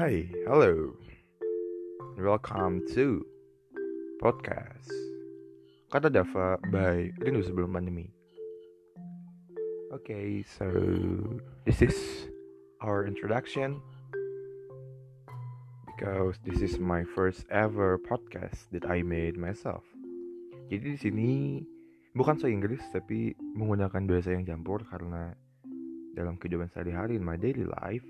Hi, hello, welcome to podcast Kata Dava by Rindu Sebelum Pandemi. Okay, so this is our introduction because this is my first ever podcast that I made myself. Jadi di sini bukan bahasa Inggris tapi menggunakan bahasa yang campur karena dalam kehidupan sehari-hari in my daily life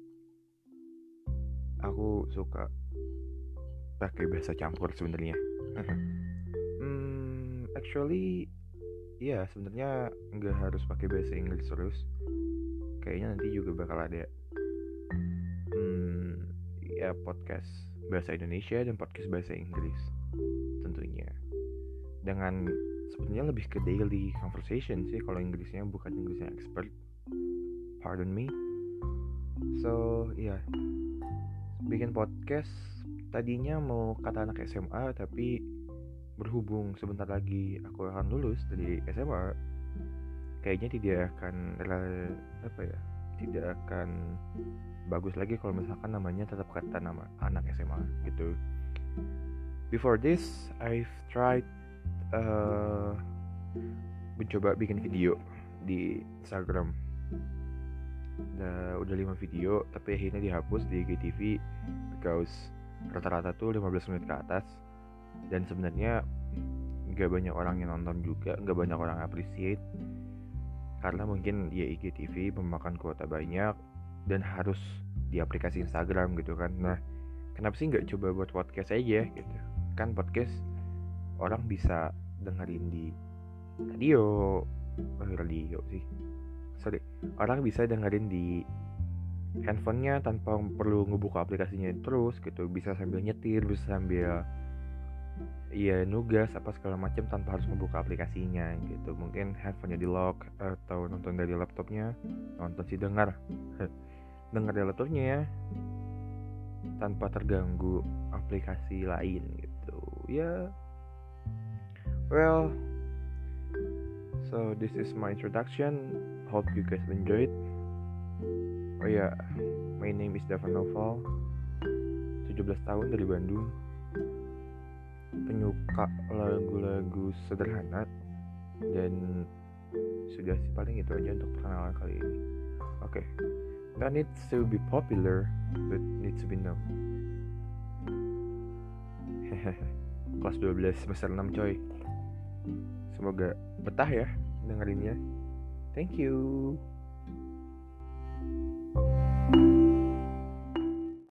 aku suka pakai bahasa campur sebenarnya. Actually, ya sebenarnya nggak harus pakai bahasa Inggris terus. Kayaknya nanti juga bakal ada ya podcast bahasa Indonesia dan podcast bahasa Inggris tentunya. Dengan sebenarnya lebih ke daily conversation sih kalau Inggrisnya, bukan Inggrisnya expert. Pardon me. So, ya. Bikin podcast tadinya mau kata anak SMA, tapi berhubung sebentar lagi aku akan lulus dari SMA, kayaknya tidak akan bagus lagi kalau misalkan namanya tetap kata nama anak SMA gitu. Before this, I've tried mencoba bikin video di Instagram. Udah 5 video, tapi akhirnya dihapus di IGTV because rata-rata tuh 15 menit ke atas, dan sebenarnya gak banyak orang yang nonton juga, gak banyak orang appreciate karena mungkin ya IGTV memakan kuota banyak dan harus di aplikasi Instagram gitu kan. Nah, kenapa sih gak coba buat podcast aja gitu kan? Podcast orang bisa dengerin di orang bisa dengerin di handphonenya tanpa perlu ngebuka aplikasinya terus gitu, bisa sambil nyetir, bisa sambil nugas apa segala macam tanpa harus ngebuka aplikasinya gitu. Mungkin handphonenya di lock atau nonton dari laptopnya, dengar dari laptopnya ya, tanpa terganggu aplikasi lain gitu ya. Well, so this is my introduction. Hope you guys enjoyed. Oh ya, my name is Dava Noval, 17 tahun, dari Bandung. Penyuka lagu-lagu sederhana, dan sudah sih paling itu aja untuk perkenalan kali ini. Okay. Not needs to be popular, but needs to be known. Kelas 12 semester 6 coy. Semoga betah ya dengerinnya. Thank you.